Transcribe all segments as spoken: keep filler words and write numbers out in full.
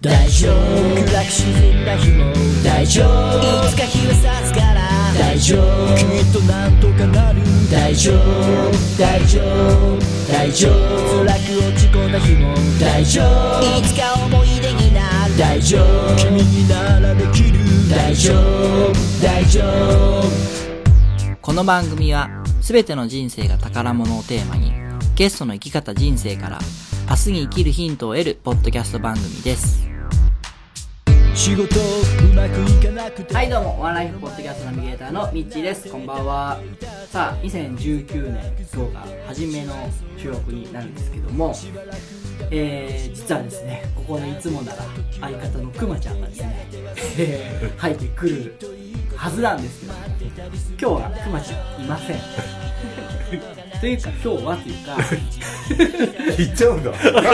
大丈夫暗く沈んだ日も大丈夫いつか日は差すから大丈夫きっとなんとかなる大丈夫大丈夫大丈夫辛く落ち込んだ日も大丈夫いつか思い出になる大丈夫君にならできる大丈夫大丈夫。 この番組はすべての人生が宝物をテーマにゲストの生き方人生から明日に生きるヒントを得るポッドキャスト番組です。 仕事うまくいかなくてはいどうもワンライフポッドキャストナビゲーターのミッチーです。こんばんは。さあにせんじゅうきゅうねん今日が初めの収録になるんですけども、えー、実はですねここにいつもなら相方のくまちゃんがですね、えー、入ってくるはずなんですけど今日はくまちゃんいませんというか今日はというか言っちゃうんだ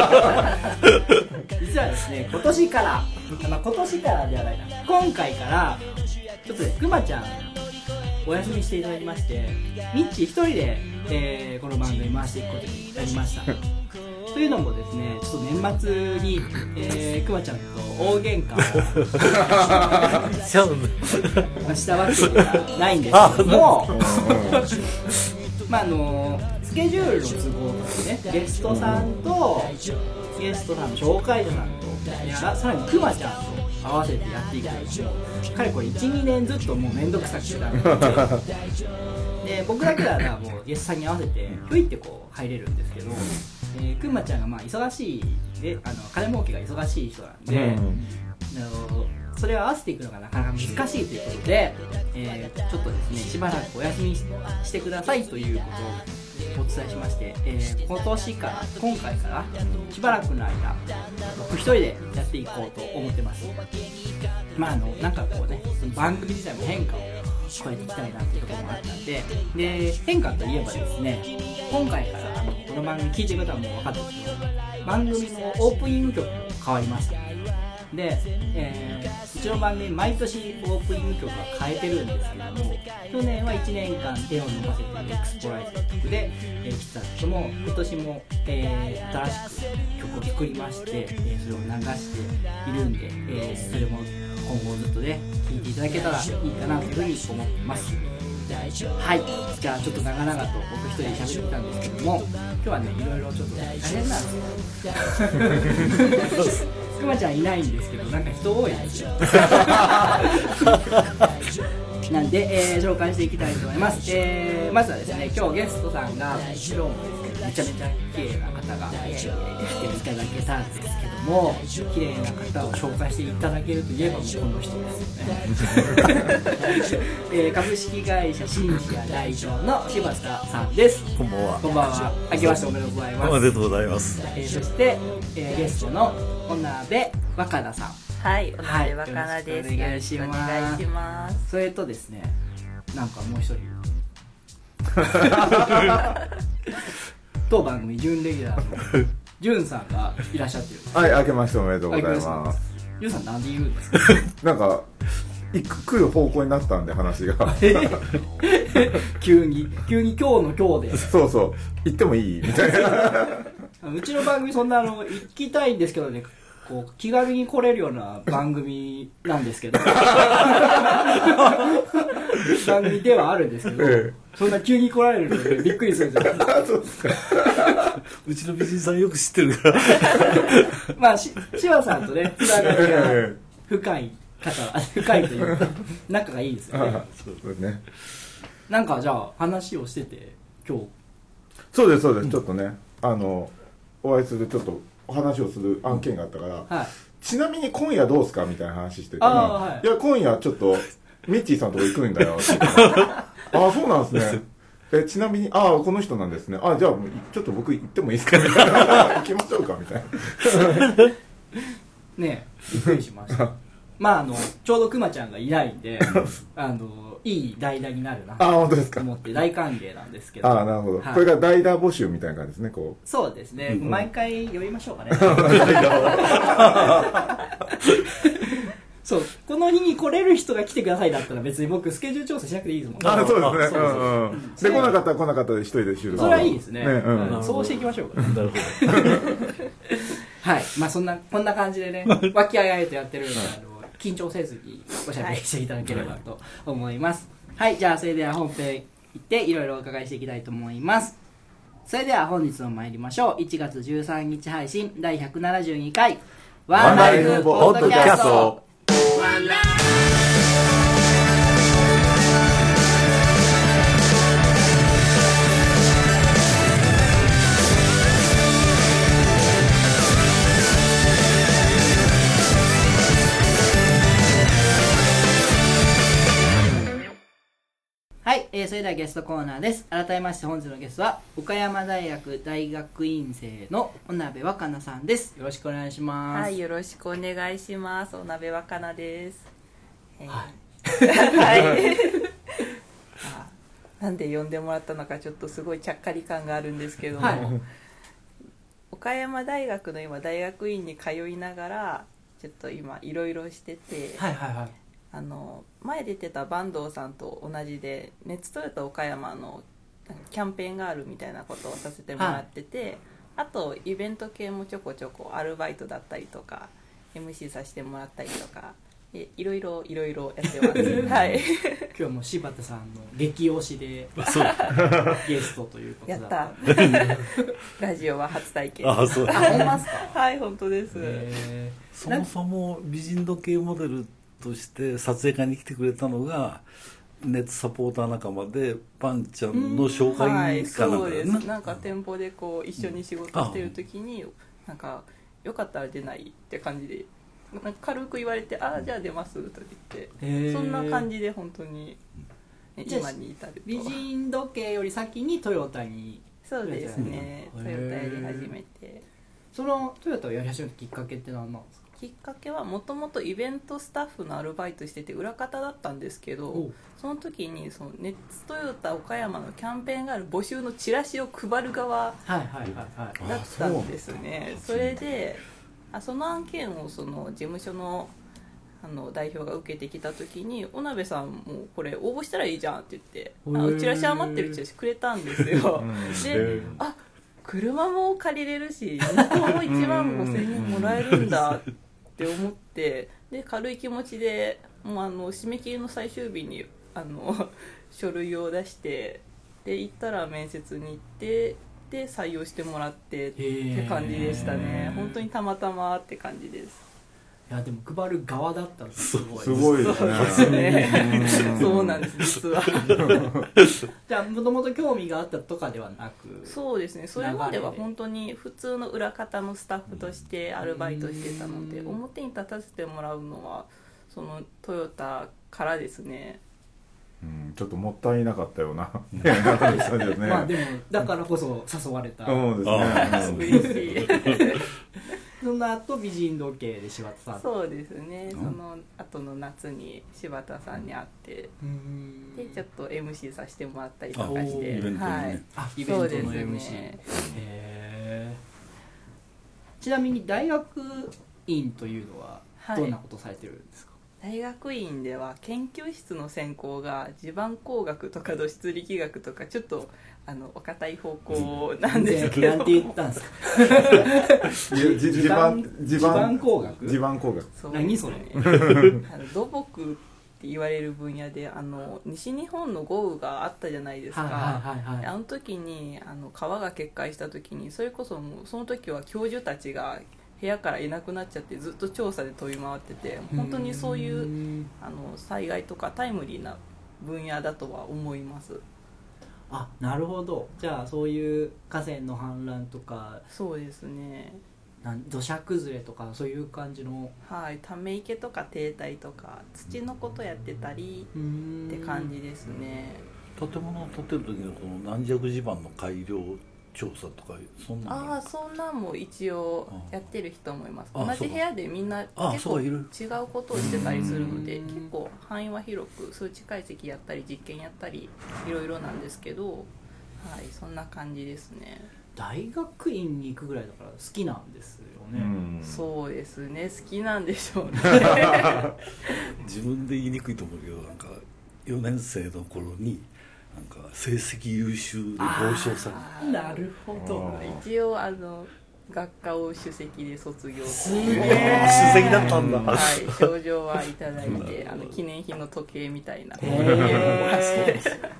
実はですね今年から、まあ、今年からではないな今回からちょっとねくまちゃんお休みしていただきましてミッチー一人で、えー、この番組回していくことになりましたというのもですねちょっと年末に、えー、くまちゃんと大喧嘩をしたわけではないんですけどもまああのスケジュールの都合ですねゲストさんとゲストさんの紹介者さんといやさらにくまちゃんと合わせてやっていくのもかれこれ いちにねんずっともうめんどくさくてたのでで僕だけならもうゲストさんに合わせてひょいってこう入れるんですけど、えー、くまちゃんがまあ忙しいであの金儲けが忙しい人なんで、うん、あのそれを合わせていくのがなかなか難しいということで、えー、ちょっとですねしばらくお休み し, してくださいということをお伝えしまして、えー、今年から今回からしばらくの間僕一人でやっていこうと思ってます。まああのなんかこうね番組自体も変化を加えていきたいなっていうところもあったんでで変化といえばですね今回からあのこの番組聞いてる方はもう分かってるんですけど番組のオープニング曲も変わりました。で、えー、うちの番組毎年オープニング曲は変えてるんですけども去年はいちねんかん手を伸ばせてエクスプライズの曲で、えー、来てたんですけども今年も、えー、新しく曲を作りまして、えー、それを流しているんで、えー、それも今後ずっとね聴いていただけたらいいかなというふうに思ってます。はい、じゃあちょっと長々と僕一人で喋ってたんですけども今日はねいろいろちょっと大変なんですよくまちゃんいないんですけどなんか人多いですよなんで、えー、紹介していきたいと思います、えー、まずはですね今日ゲストさんが白のめちゃめちゃ綺麗な方が来ていただけたんですけども綺麗な方を紹介していただけるといえばもうこの人ですよね、えー、株式会社シンジア代表の柴田さんです。 こんばんは。 こんばんは。明けましておめでとうございます。 おめでとうございます、 えー、そして、えー、ゲストの小鍋若菜さん。 はい、小鍋若菜です、はい、 お願いします。 お願いします。 それとですねなんかもう一人当番組準レギュラーのジュンさんがいらっしゃってるんです。 はい、明けましておめでとうございます。 ジュンさんなんで言うんですかなんか行く来る方向になったんで話が急に急に今日の今日でそうそう行ってもいいみたいなうちの番組そんなあの行きたいんですけどねこう気軽に来れるような番組なんですけど番組ではあるんですけど、ええ、そんな急に来られると、ね、びっくりするじゃないですかそうですかうちの美人さんよく知ってるからまあし柴さんとねつながりが深い方は深いというか仲がいいですよね。 そうですね。 なんかじゃあ話をしてて今日そうですそうです、うん、ちょっとねあのお会いするちょっとお話をする案件があったから、うんはい、ちなみに今夜どうすかみたいな話してて、はい、いや今夜ちょっとミッチーさんとこ行くんだよってああそうなんですねえちなみにああこの人なんですねあじゃあちょっと僕行ってもいいですかみたいな行きましょうかみたいなねえびっくりしましたまああのちょうどくまちゃんがいないんであのいい代打になるなと思って大歓迎なんですけどああなるほど、はい、これが代打募集みたいな感じですねこうそうですね、うん、毎回呼びましょうかねそうこの日に来れる人が来てくださいだったら別に僕スケジュール調整しなくていいですもんね。 あそうですねうん、うん、で来なかったら来なかったで一人で収録それはいいですね、 ね、うん、 そうしていきましょうか、ね、 なるほどはい、まあそんなこんな感じでね和気あいあいとやってるので、あの緊張せずにおしゃべりしていただければと思います。はい、はい、じゃあそれでは本編行っていろいろお伺いしていきたいと思います。それでは本日も参りましょう。いちがつじゅうさんにち配信だいひゃくななじゅうにかいワンライフポッドキャスト。はい、えー、それではゲストコーナーです。改めまして本日のゲストは岡山大学大学院生の小鍋若菜さんです。よろしくお願いします。 はい、よろしくお願いします。小鍋若菜です。えー、 はい。 はい。なんで呼んでもらったのかちょっとすごいちゃっかり感があるんですけども、はい、岡山大学の今大学院に通いながらちょっと今いろいろしてて、 はいはいはい。 あの前出てた坂東さんと同じで熱トヨタ岡山のキャンペーンがあるみたいなことをさせてもらってて、はい、あとイベント系もちょこちょこアルバイトだったりとか エムシー させてもらったりとかいろいろいろいろやってますはい、 今日も柴田さんの激推しでゲストということだった。 やったラジオは初体験。 あ、そう。 あ、ほんまですか。 はい、本当です。 そもそも美人時計モデルとして撮影会に来てくれたのがネットサポーター仲間でパンちゃんの紹介かなんか、はい、 そうです。なんか店舗でこう一緒に仕事してる時に、うん、なんかよかったら出ないって感じでなんか軽く言われて、ああじゃあ出ますと言ってそんな感じで本当に、ね、今に至ると。 美人時計より先にトヨタに。 そうですね、トヨタやり始めて。 そのトヨタをやり始めたきっかけって何なんですか？ きっかけはもともとイベントスタッフのアルバイトしてて裏方だったんですけど、その時にそのネッツトヨタ岡山のキャンペーンがある募集のチラシを配る側だったんですね。それであその案件をその事務所のあの代表が受けてきた時に小鍋さんもこれ応募したらいいじゃんって言ってあチラシ余ってるチラシくれたんですよ。であ車も借りれるし向こうもいちまんごせんえんもらえるんだって思ってで軽い気持ちでもうあの締め切りの最終日にあの書類を出してで行ったら面接に行ってで採用してもらってって感じでしたね。本当にたまたまって感じです。 いやでも配る側だったらすごいすごいですね。 そうなんです実は。 じゃあもともと興味があったとかではなく。 そうですね。それまでは本当に普通の裏方のスタッフとしてアルバイトしてたので表に立たせてもらうのはそのトヨタからですね。 うん、ちょっともったいなかったようなまあでもだからこそ誘われた。 そうですね。 嬉しい。 その後美人時計で柴田さん。 そうですね。その後の夏に柴田さんに会って、うん、でちょっと エムシー させてもらったりとかして、 イベントのね、 はい、 あイベントの エムシー。ね、へちなみに大学院というのはどんなことされてるんですか？ はい、大学院では研究室の専攻が地盤工学とか土質力学とかちょっとあのお堅い方向なんですけど。 なんて言ったんですか？ 地盤地盤工学？ 地盤工学。 何それ？ あの土木って言われる分野であの西日本の豪雨があったじゃないですか。はいはいはいはい、あの時にあの川が決壊した時にそれこそもうその時は教授たちが部屋からいなくなっちゃってずっと調査で飛び回ってて本当にそういうあの災害とかタイムリーな分野だとは思います。 あ、なるほど。じゃあそういう河川の氾濫とか。 そうですね。 なん土砂崩れとかそういう感じの。 はい、ため池とか堤体とか土のことやってたりって感じですね。 建物を建てる時のこの軟弱地盤の改良調査とかそんなああそんなんも一応やってる人もいます。同じ部屋でみんな結構違うことをしてたりするので結構範囲は広く数値解析やったり実験やったりいろいろなんですけど、はい、そんな感じですね。 大学院に行くぐらいだから好きなんですよね。 うそうですね、好きなんでしょうね。 自分で言いにくいと思うけどなんかよねん生の頃になんか成績優秀で表彰される。なるほど。 一応あの学科を首席で卒業すげえ首席だったんだ、 はい、賞状はいただいてあの記念品の時計みたいなへー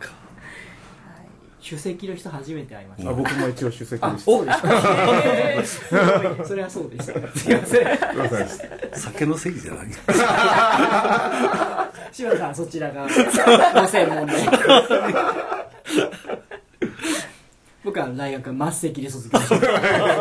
首席の人初めて会いました。 あ僕も一応首席でした。 そうですか。えー、すごい。それはそうでした。すいません。 酒の席じゃない。 柴田さんそちらがご専門で。僕は大学は末席で卒業しました。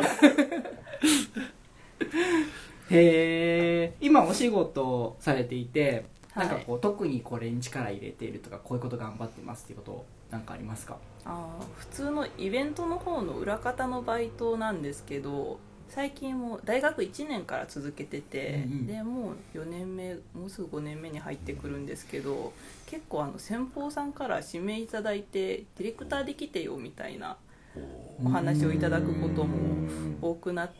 へえ。今お仕事されていて、なんかこう、はい、特にこれに力入れているとかこういうこと頑張ってますっていうことなんかありますか？ あ普通のイベントの方の裏方のバイトなんですけど、最近も大学いちねんから続けてて、うんうん、でもうよねんめもうすぐごねんめに入ってくるんですけど、結構あの先方さんから指名いただいてディレクターできてよみたいなお話をいただくことも多くなって、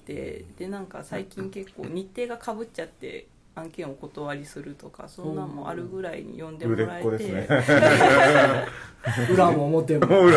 でなんか最近結構日程がかぶっちゃって案件をお断りするとかそんなんもあるぐらいに呼んでもらえて、ね、 裏も表もう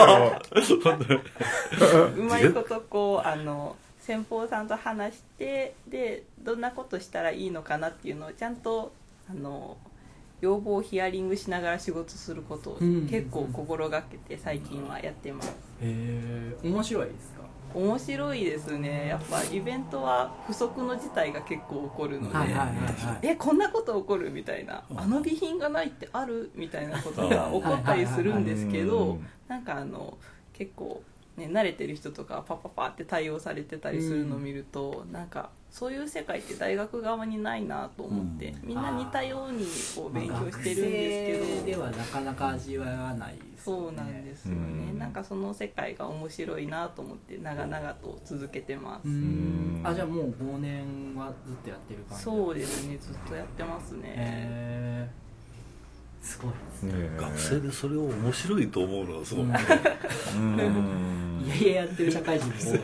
まいことこうあの先方さんと話して、でどんなことしたらいいのかなっていうのをちゃんとあの要望をヒアリングしながら仕事することを結構心がけて最近はやってます。 へえ、面白いですか？ 面白いですね。やっぱイベントは不測の事態が結構起こるので、はいはいはいはい、えこんなこと起こるみたいな、あの備品がないってあるみたいなことが起こったりするんですけど、なんかあの結構ね慣れてる人とかパパパって対応されてたりするのを見ると、なんかそういう世界って大学側にないなと思って、みんな似たようにこう勉強してるんですけど、 学生ではなかなか味わわないですね。 そうなんですよね。なんかその世界が面白いなと思って長々と続けてます。 うーんあじゃあもうごねんはずっとやってる感じ？ そうですね、ずっとやってますね。 へーすごいですね。 学生でそれを面白いと思うのはすごい、うんいやいややってる社会人もそう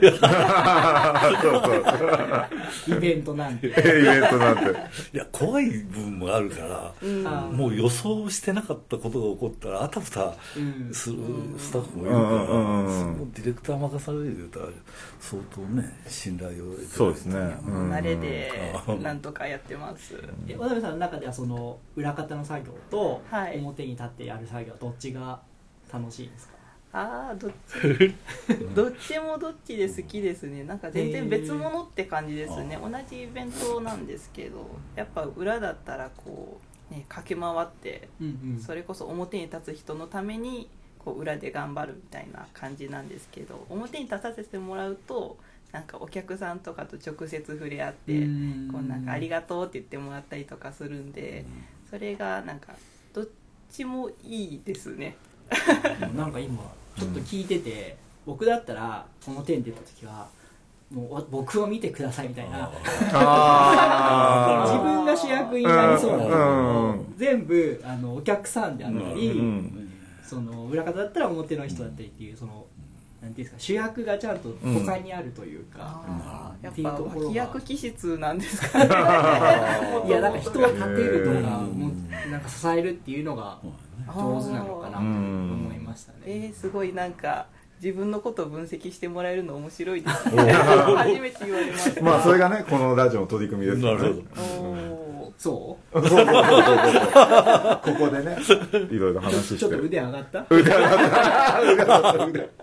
イベントなんてイベントなんていや怖い部分もあるから、うん、もう予想してなかったことが起こったらあたふたするスタッフもいるから、うんうん、そのディレクター任されると相当ね信頼を得てそうですね、 うん、慣れでなんとかやってます。 渡辺さんの中ではその裏方の作業と表に立ってやる作業どっちが楽しいですか？ ああどっちどっちもどっちで好きですね。なんか全然別物って感じですね。同じイベントなんですけど、やっぱ裏だったらこう、ね、駆け回って、うんうん、それこそ表に立つ人のためにこう裏で頑張るみたいな感じなんですけど、表に立たせてもらうとなんかお客さんとかと直接触れ合ってこうなんかありがとうって言ってもらったりとかするんで、それがなんかどっちもいいですね。 なんか今ちょっと聞いてて、うん、僕だったらこの点出た時はもう僕を見てくださいみたいなあ自分が主役になりそうなんですけど、うん、全部あのお客さんであったり、うん、その裏方だったら表の人だったりっていうそのなんていうんですか主役がちゃんと他にあるというか、 うん、やっぱ脇役気質なんですかねいやなんか人を立てるとか、もうなんか支えるっていうのが上手なのかなと思いましたね。 えー、すごいなんか自分のことを分析してもらえるの面白いですね初めて言われました。 まあそれがねこのラジオの取り組みですよね。なるほど。 そうここでねいろいろ話してちょっと腕上がった腕上がった腕上がった腕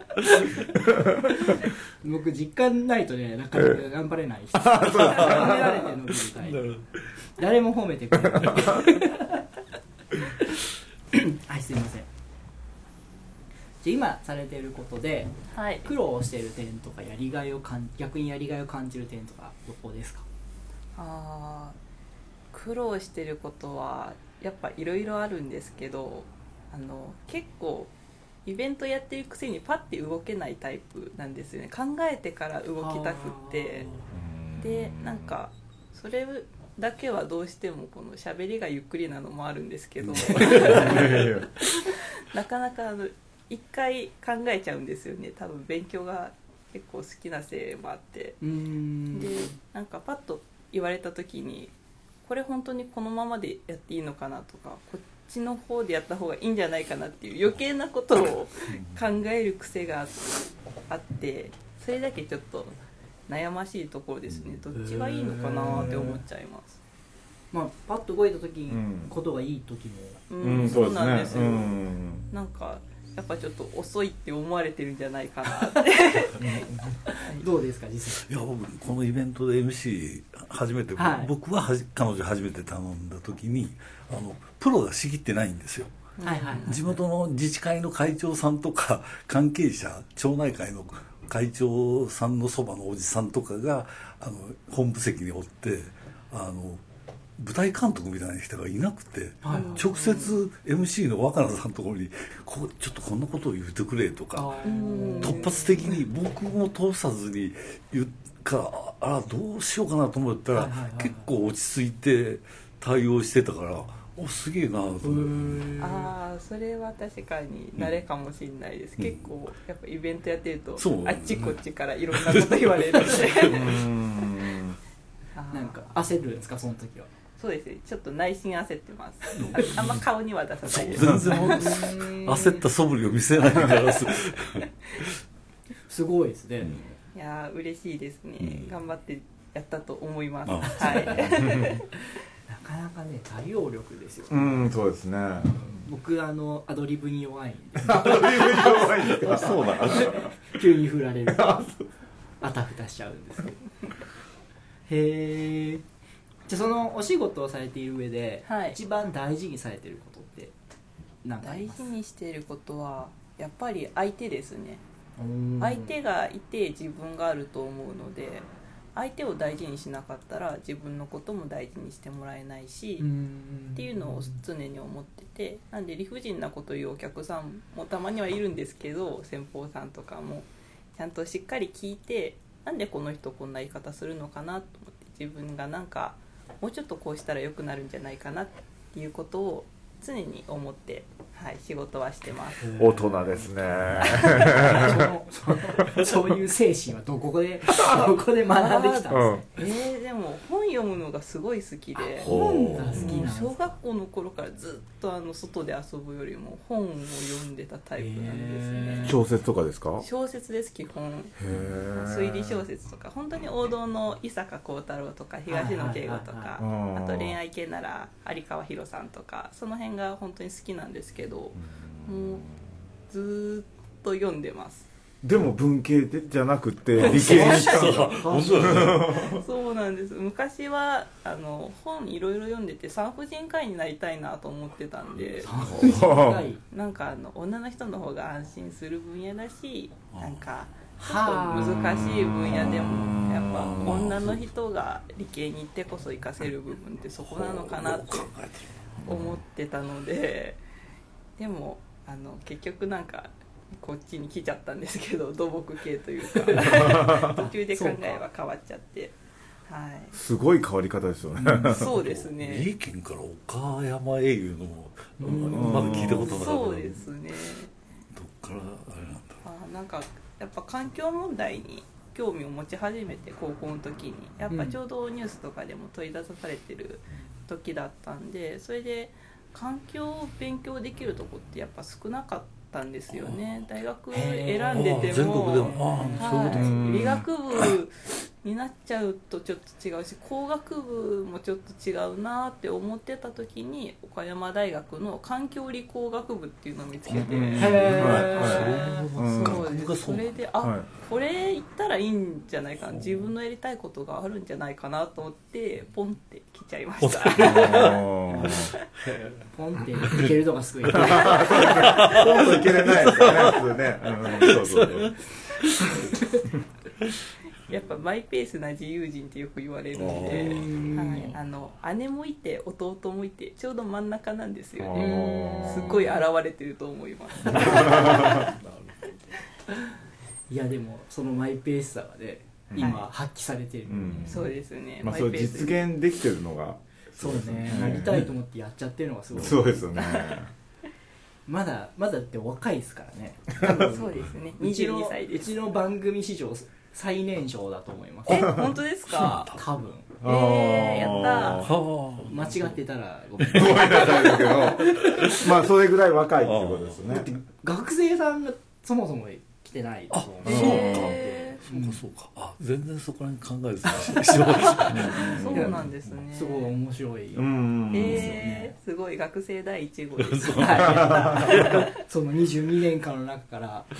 僕実感ないとねなかなか頑張れないし褒められて伸びるタイプ誰も褒めてくれないはいすいません。じゃ今されていることで、はい、苦労している点とかやりがいをかん逆にやりがいを感じる点とかどこですか？ あ苦労してることはやっぱいろいろあるんですけど、あの結構イベントやってるくせにパッて動けないタイプなんですよね。考えてから動きたくってでなんかそれだけはどうしてもこの喋りがゆっくりなのもあるんですけどなかなかあの一回考えちゃうんですよね。多分勉強が結構好きなせいもあって、うーんでなんかパッと言われた時にこれ本当にこのままでやっていいのかなとかこっちの方でやった方がいいんじゃないかなっていう余計なことを考える癖があってそれだけちょっと悩ましいところですね。どっちがいいのかなって思っちゃいます。 まあパッと動いた時に、うん、ことがいい時も、 うんうん、そうなんですよ、うん、なんかやっぱちょっと遅いって思われてるんじゃないかなってどうですか実際。 いや僕このイベントで エムシー 初めて、はい、僕ははじ彼女初めて頼んだ時にあのプロが仕切ってないんですよ。 はいはいはい、 地元の自治会の会長さんとか関係者町内会の会長さんのそばのおじさんとかがあの本部席におってあの舞台監督みたいな人がいなくて、はい、直接 エムシー の若菜さんのところにこちょっとこんなことを言ってくれとか突発的に僕も通さずに言うからあどうしようかなと思ったら、はいはいはいはい、結構落ち着いて対応してたからおすげえなと思って。 ああそれは確かに慣れかもしれないです、うん、結構やっぱイベントやってると、うん、あっちこっちからいろんなこと言われるんでうんなんか焦るんですかその時は。 そうですねちょっと内心焦ってますあ, あんま顔には出さないです全然焦った素振りを見せないからすごいですね、うん、 いや嬉しいですね、うん、頑張ってやったと思います、はいなかなかね対応力ですよ、 ね、うんそうですね僕あのアドリブに弱いんでアドリブに弱いんですかそうなん急に振られるとあたふたしちゃうんですけどへえじゃあそのお仕事をされている上で、はい、一番大事にされていることって何かあります？ 大事にしていることはやっぱり相手ですね。相手がいて自分があると思うので相手を大事にしなかったら自分のことも大事にしてもらえないしっていうのを常に思っててなんで理不尽なことを言うお客さんもたまにはいるんですけど先方さんとかもちゃんとしっかり聞いてなんでこの人こんな言い方するのかなと思って自分がなんかもうちょっとこうしたら良くなるんじゃないかなっていうことを常に思って、はい、仕事はしてます。 大人ですねそのそそういう精神はどこでどこで学んできたんですか、うん、 えー、でも本読むのがすごい好きで本が好きなんです、 小学校の頃からずっとあの外で遊ぶよりも本を読んでたタイプなんですね。 小説とかですか？ 小説です基本。推理小説とか本当に王道の伊坂幸太郎とか東野圭吾とかあと恋愛系なら有川博さんとかその辺が本当に好きなんですけどもうずっと読んでます。 でも文系でじゃなくて理系にしたんだそうなんです。昔はあの本いろいろ読んでて産婦人科医になりたいなと思ってたんでなんかあの女の人の方が安心する分野だしなんかちょっと難しい分野でもやっぱ女の人が理系に行ってこそ活かせる部分ってそこなのかなって思ってたのででもあの結局なんかこっちに来ちゃったんですけど土木系というか途中で考えは変わっちゃってはい、 すごい変わり方ですよね、 うん、そうですね三重県から岡山へいうのもまだ聞いたことなかった。 そうですねどっからあれなんだろう。 あなんかやっぱ環境問題に興味を持ち始めて高校の時にやっぱちょうどニュースとかでも取り出されてる時だったんでそれで環境を勉強できるとこってやっぱ少なかったんですよね。大学選んでても全国でもはい理学部になっちゃうとちょっと違うし工学部もちょっと違うなって思ってた時に岡山大学の環境理工学部っていうのを見つけて、うん、そうそれであ、はい、これ行ったらいいんじゃないかな自分のやりたいことがあるんじゃないかなと思ってポンって来ちゃいましたポンっていけるのがすごいポンといけれないですよね普通ね、うん、そうそうそうやっぱマイペースな自由人ってよく言われるんで、はい、あの姉もいて弟もいてちょうど真ん中なんですよね。すっごい現れてると思いますいやでもそのマイペースさがね今発揮されてる、 うん、そうですね、 まあ、それ実現できてるのがそうねなりたいと思ってやっちゃってるのがすごいそうですよねまだまだって若いですからねそうですねにじゅうにさいです。 うちの番組史上最年少だと思います。 え本当ですか？ 多分えー、やった間違ってたらごめんなさいだけどまあそれぐらい若いってことですね。 だって学生さんがそもそも来てないと思う。 えそうかそうか、あ全然そこら辺考えずにそうなんですね。 すごい面白い、 うん、 えー、すごい学生第一号です。 はい、そのにじゅうにねんかんの中から、 はい、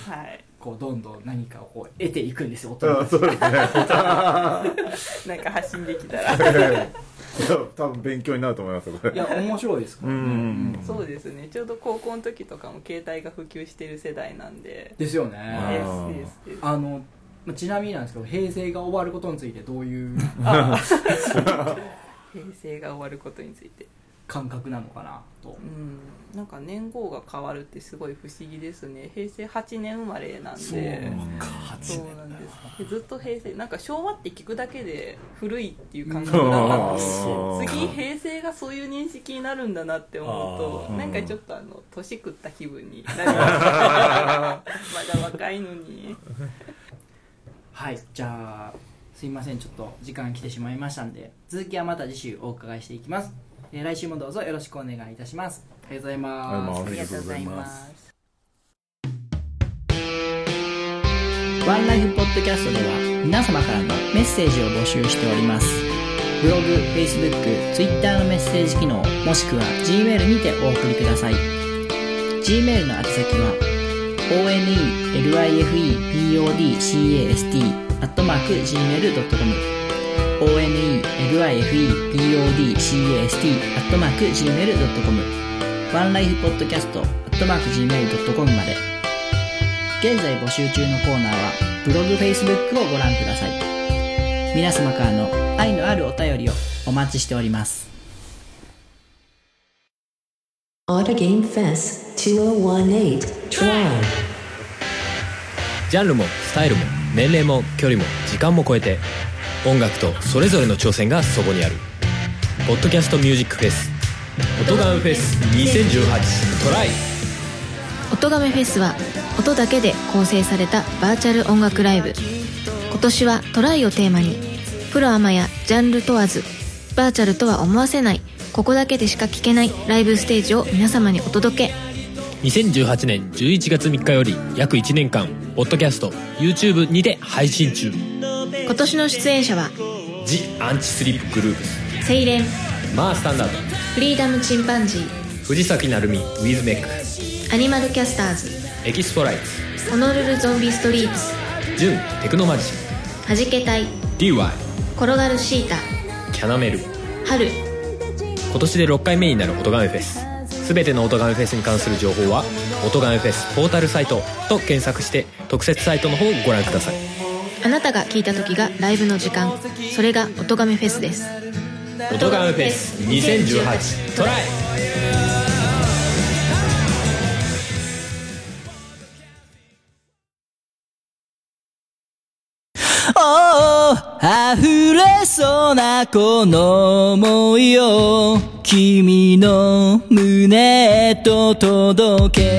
こうどんどん何かをこう得ていくんですよ。大人そうですね。なんか発信できたら多分勉強になると思いますよ。 いや面白いですからね。うん、 そうですね。ちょうど高校の時とかも携帯が普及してる世代なんで。 ですよね。 ですです。 あのちなみになんですけど、平成が終わることについてどういう平成が終わることについて感覚なのかなと。 うん、なんか年号が変わるってすごい不思議ですね。平成はちねん生まれなんで、そうなんです。ずっと平成、なんか昭和って聞くだけで古いっていう感覚だったんですけど、次平成がそういう認識になるんだなって思うと、なんかちょっとあの年食った気分になりました。まだ若いのに。 はい、じゃあすいません、ちょっと時間来てしまいましたんで、続きはまた次週お伺いしていきます。えー、来週もどうぞよろしくお願いいたします。ありがとうございます。 ありがとうございます。 ワンライフポッドキャストでは皆様からのメッセージを募集しております。ブログ、Facebook、Twitter のメッセージ機能、もしくは Gmail にてお送りください。Gmail の宛先はオーエヌイーエルアイエフイーポッドキャスト アットマーク ジーメールドットコム オーエヌイーエルアイエフイーポッドキャスト アットマーク ジーメールドットコム ワンライフポッドキャスト アットマーク ジーメールドットコム まで。現在募集中のコーナーはブログ、Facebook をご覧ください。皆様からの愛のあるお便りをお待ちしております。 オートゲームフェスにせんじゅうはち トライ。 ジャンルもスタイルも年齢も距離も時間も超えて、音楽とそれぞれの挑戦がそこにある。ポッドキャストミュージックフェス音ガメフェスにせんじゅうはちトライ。 音ガメフェスは音だけで構成されたバーチャル音楽ライブ。今年はトライをテーマに、プロアマやジャンル問わず、バーチャルとは思わせない、ここだけでしか聴けないライブステージを皆様にお届け。 にせんじゅうはちねんじゅういちがつみっかより約いちねんかんポッドキャスト YouTube にて配信中。 今年の出演者はジ・アンチスリップグループス、 セイレン、 マースタンダード、 フリーダムチンパンジー、 藤崎鳴海ウィズメック、 アニマルキャスターズ、 エキスポライツ、 ホノルルゾンビストリートス、 ジュンテクノマジシャン、はじけたい、 ディーワイ、 転がるシータ、 キャナメル。 春。 今年でろっかいめになる音ガメフェス。すべての音ガメフェスに関する情報は音ガメフェスポータルサイトと検索して特設サイトの方をご覧ください。 あなたが聴いた時がライブの時間、それが音ガメフェスです。 音ガメフェスにせんじゅうはちトライ。 溢れそうなこの想いを君の胸へと届け。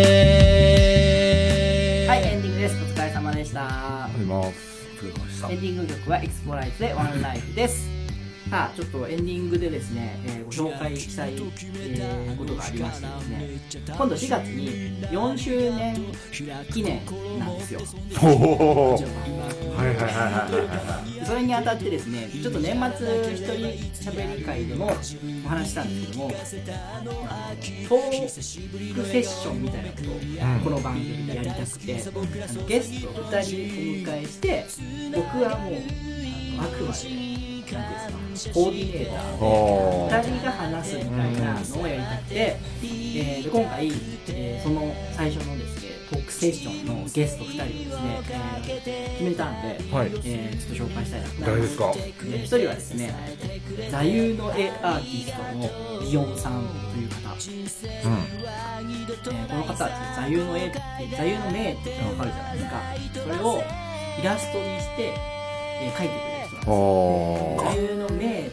はい、エンディングです。お疲れ様でした。 あります。 エンディング曲はエクスプロライズでワンライフです。さあ、ちょっとエンディングでですね、えー、ご紹介したい、えー、ことがありましてですね、今度しがつによんしゅうねん記念なんですよ。 おお。はいはいはいはいはい。 それにあたってですね、ちょっと年末一人喋り会でもお話したんですけども、トークセッションみたいなことをこの番組でやりたくて、あのゲストふたりお迎えして、僕はもうあのあくまでなんですか、コーディネーターでふたりが話すみたいなのをやりたくて、えー、で今回、えー、その最初のですねトークセッションのゲストふたりをですね、えー、決めたんで、はいえー、ちょっと紹介したいなと思います。 誰ですか？ ひとりはですね、座右の絵アーティストのビヨンさんという方、うんえー、この方はですね、座右の絵座右の銘って言ったら分かるじゃないですか。それをイラストにして、えー、描いてくれる人なんです。座右の銘って、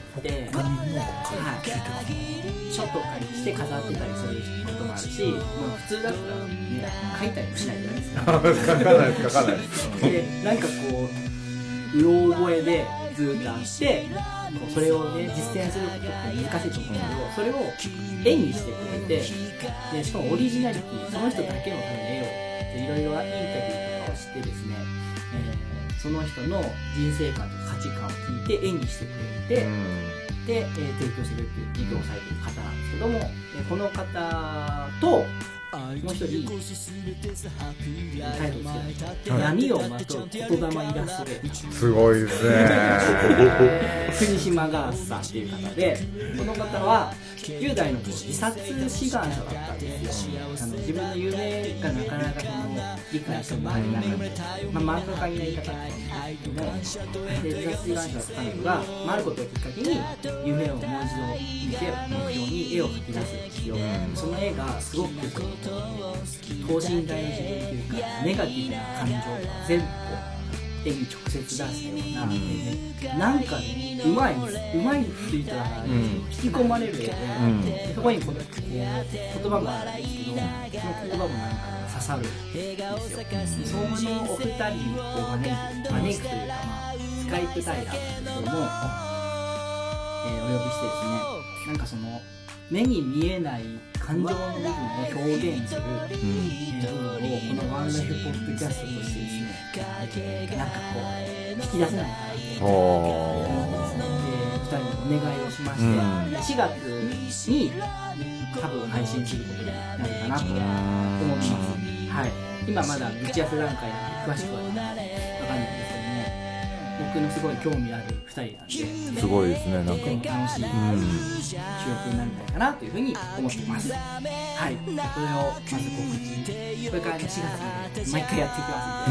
はい、書とかにして飾ってたりすることもあるし、もう普通だったら、ね、書いたりもしないじゃないですか。 書かないです書かないです。 で、なんかこううろ覚えでずっとあってこうそれをね実践することって難しいと思うんだけど、それを絵にしてくれて、でしかもオリジナリティ、その人だけのための絵をいろいろインタビューとかをしてですね、えー、 その人の人生観とか価値観を聞いて演技してくれて、うん、で、えー、提供してくれるっていう事業をされている方なんですけども、えー、この方ともう一人タイトルつけた闇をまとう言霊イラストレーター、 すごいですね国島ガースさんっていう方で、この方はじゅう代の頃自殺志願者だったんですよ。あの自分の夢がなかなかその理解してもらえなくて、まあ、漫画家になりたかったんですけども、で自殺志願者だった彼女が、まあ、あることをきっかけに夢をもう一度見て目標に絵を描き出すんですよ。その絵がすごく等身大の自分というかネガティブな感情が全部絵に直接出したような絵で、なんかねうまいんですうまいって言ったら、うん、引き込まれる絵で、うん、でそこにこのこう言葉もあるんですけど、その言葉もなんか刺さるんですよ。そのお二人を招く招くというか、まあ、スカイプ対談なんですけども、えー、お呼びしてですね、なんかその目に見えない感情の部分を表現する、うんえー、部分をこのワンライフポッドキャストとしてですね、なんかこう引き出せないかなと思ってふたりにお願いをしまして、うん、しがつに多分配信することになるかなと思ってます、はい、今まだ打ち合わせ段階なんで詳しくは分かんないんですけども、僕のすごい興味あるふたりなんで、 すごいですね、なんかとても楽しい収録になりたいかなというふうに思ってます。はい、これをまず告知、これからしがつまで毎回やっていき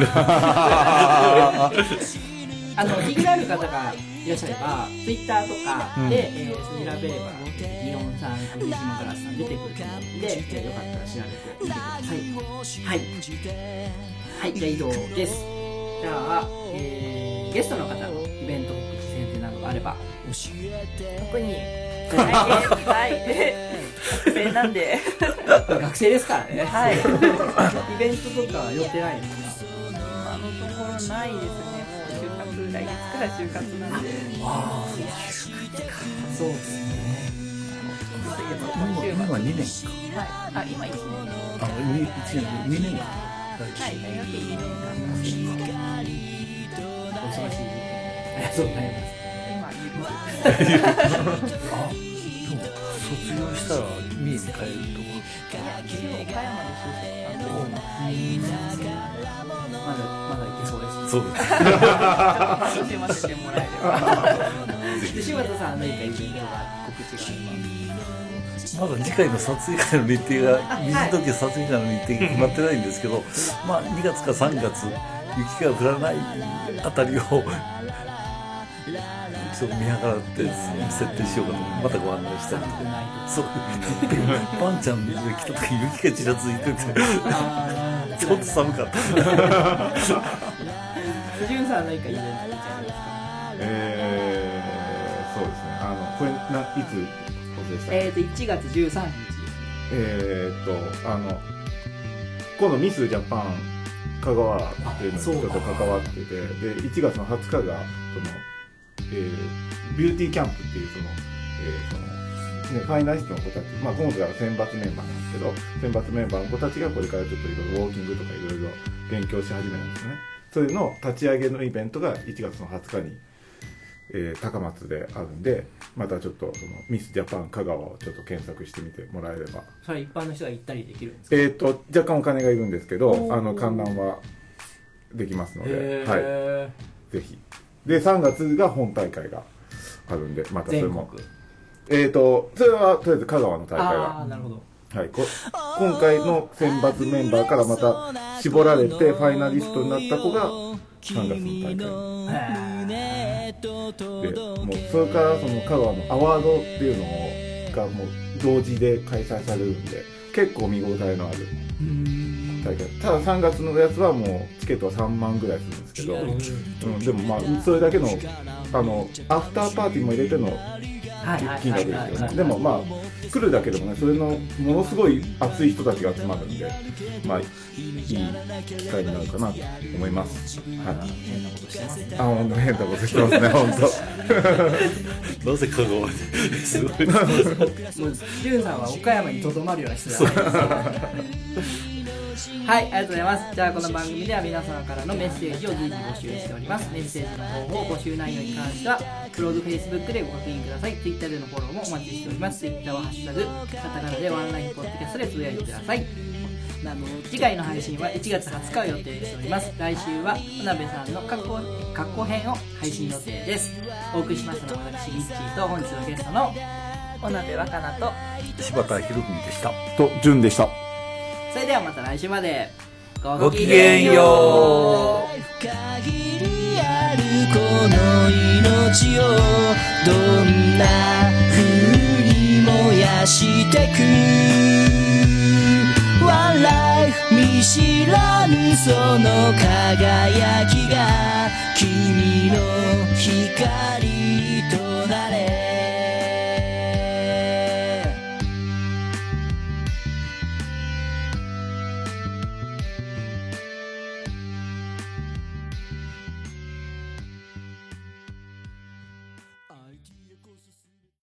ますのであの気になる方がいらっしゃれば Twitter とかで、うんえー、調べればギオンさん、国島ガラスさん出てくると思うので、えー、よかったら調べてみてください。はい、はい、じゃあ以上です。じゃあ、えー、ゲストの方のイベント告知宣伝などがあれば。 特にはい学生なんで学生ですからね。 はいイベントとかは予定ないですか？ 今のところないですね。もう就活、来月から就活なんで。 ああ、そうですね。 今はにねんか。 はい。あ、今いちねん。 あ、いちねん、にねんか。 はい、大学にねんかんです。 お忙しい。ありがとうございます。 今いる。 あ、でも卒業したら三重に帰るとか。 いや、一応岡山で就職なんで。 まだまだいけそうです。 そうです。 楽しませてもらえれば。 で、柴田さん何かイベントが告知があれば。 まだ次回の撮影会の日程が水時撮影会の日程が決まってないんですけど、まあにがつかさんがつ雪が降らないあたりをちょっと見計らって設定しようかとまたご案内したりとか、そうパンちゃんで来た時雪がちらついててちょっと寒かった。 ジュンさん何かイベントありますか？ えー、そうですね。あのこれないつえーといちがつじゅうさんにちえーとあの今度ミスジャパン香川っていうのにちょっと関わってて、でいちがつのはつかがその、えー、ビューティーキャンプっていうその、えーそのね、ファイナリストの子たち、まあ今度から選抜メンバーなんですけど、選抜メンバーの子たちがこれからちょっといろいろウォーキングとかいろいろ勉強し始めるんですね。それの立ち上げのイベントがいちがつのはつかにえー、高松であるんで、またちょっとそのミスジャパン香川をちょっと検索してみてもらえれば。 それ一般の人が行ったりできるんですか？ えっと若干お金がいるんですけど、あの観覧はできますので、はい、ぜひ。でさんがつが本大会があるんで、またそれもえっとそれはとりあえず香川の大会が。 あ、なるほど。 はい、こ今回の選抜メンバーからまた絞られてファイナリストになった子がさんがつの大会で、もうそれからその香川のアワードっていうのがもう同時で開催されるんで結構見応えのある大会。たださんがつのやつはもうチケットはさんまんぐらいするんですけど、うん、でもまあそれだけのあのアフターパーティーも入れての金額ですけどね。でもまあ来るだけでもね、それのものすごい熱い人たちが集まるんで、まあいい機会になるかなと思います。はい。 変なことしてますね。 あ、本当変なことしてますね、本当。なぜ香川にすごい。 もうジュンさんは岡山にとどまるような人じゃないですか。 はい、ありがとうございます。じゃあこの番組では皆様からのメッセージを随時募集しております。メッセージの方法、募集内容に関してはブログ、フェイスブックでご確認ください。 Twitter でのフォローもお待ちしております。 Twitter はハッシュタグカタカナでワンラインポッドキャストでつぶやいてください。あの次回の配信はいちがつはつかを予定しております。来週はおなべさんの過去過去編を配信予定です。お送りしましたのは私ミッチーと、本日のゲストのおなべわかなと柴田博文でしたとじゅんでした。 それではまた来週まで。 ごきげんよう。 限りあるこの命をどんな風に燃やしてく、笑い見知らぬその輝きが君の光となれ。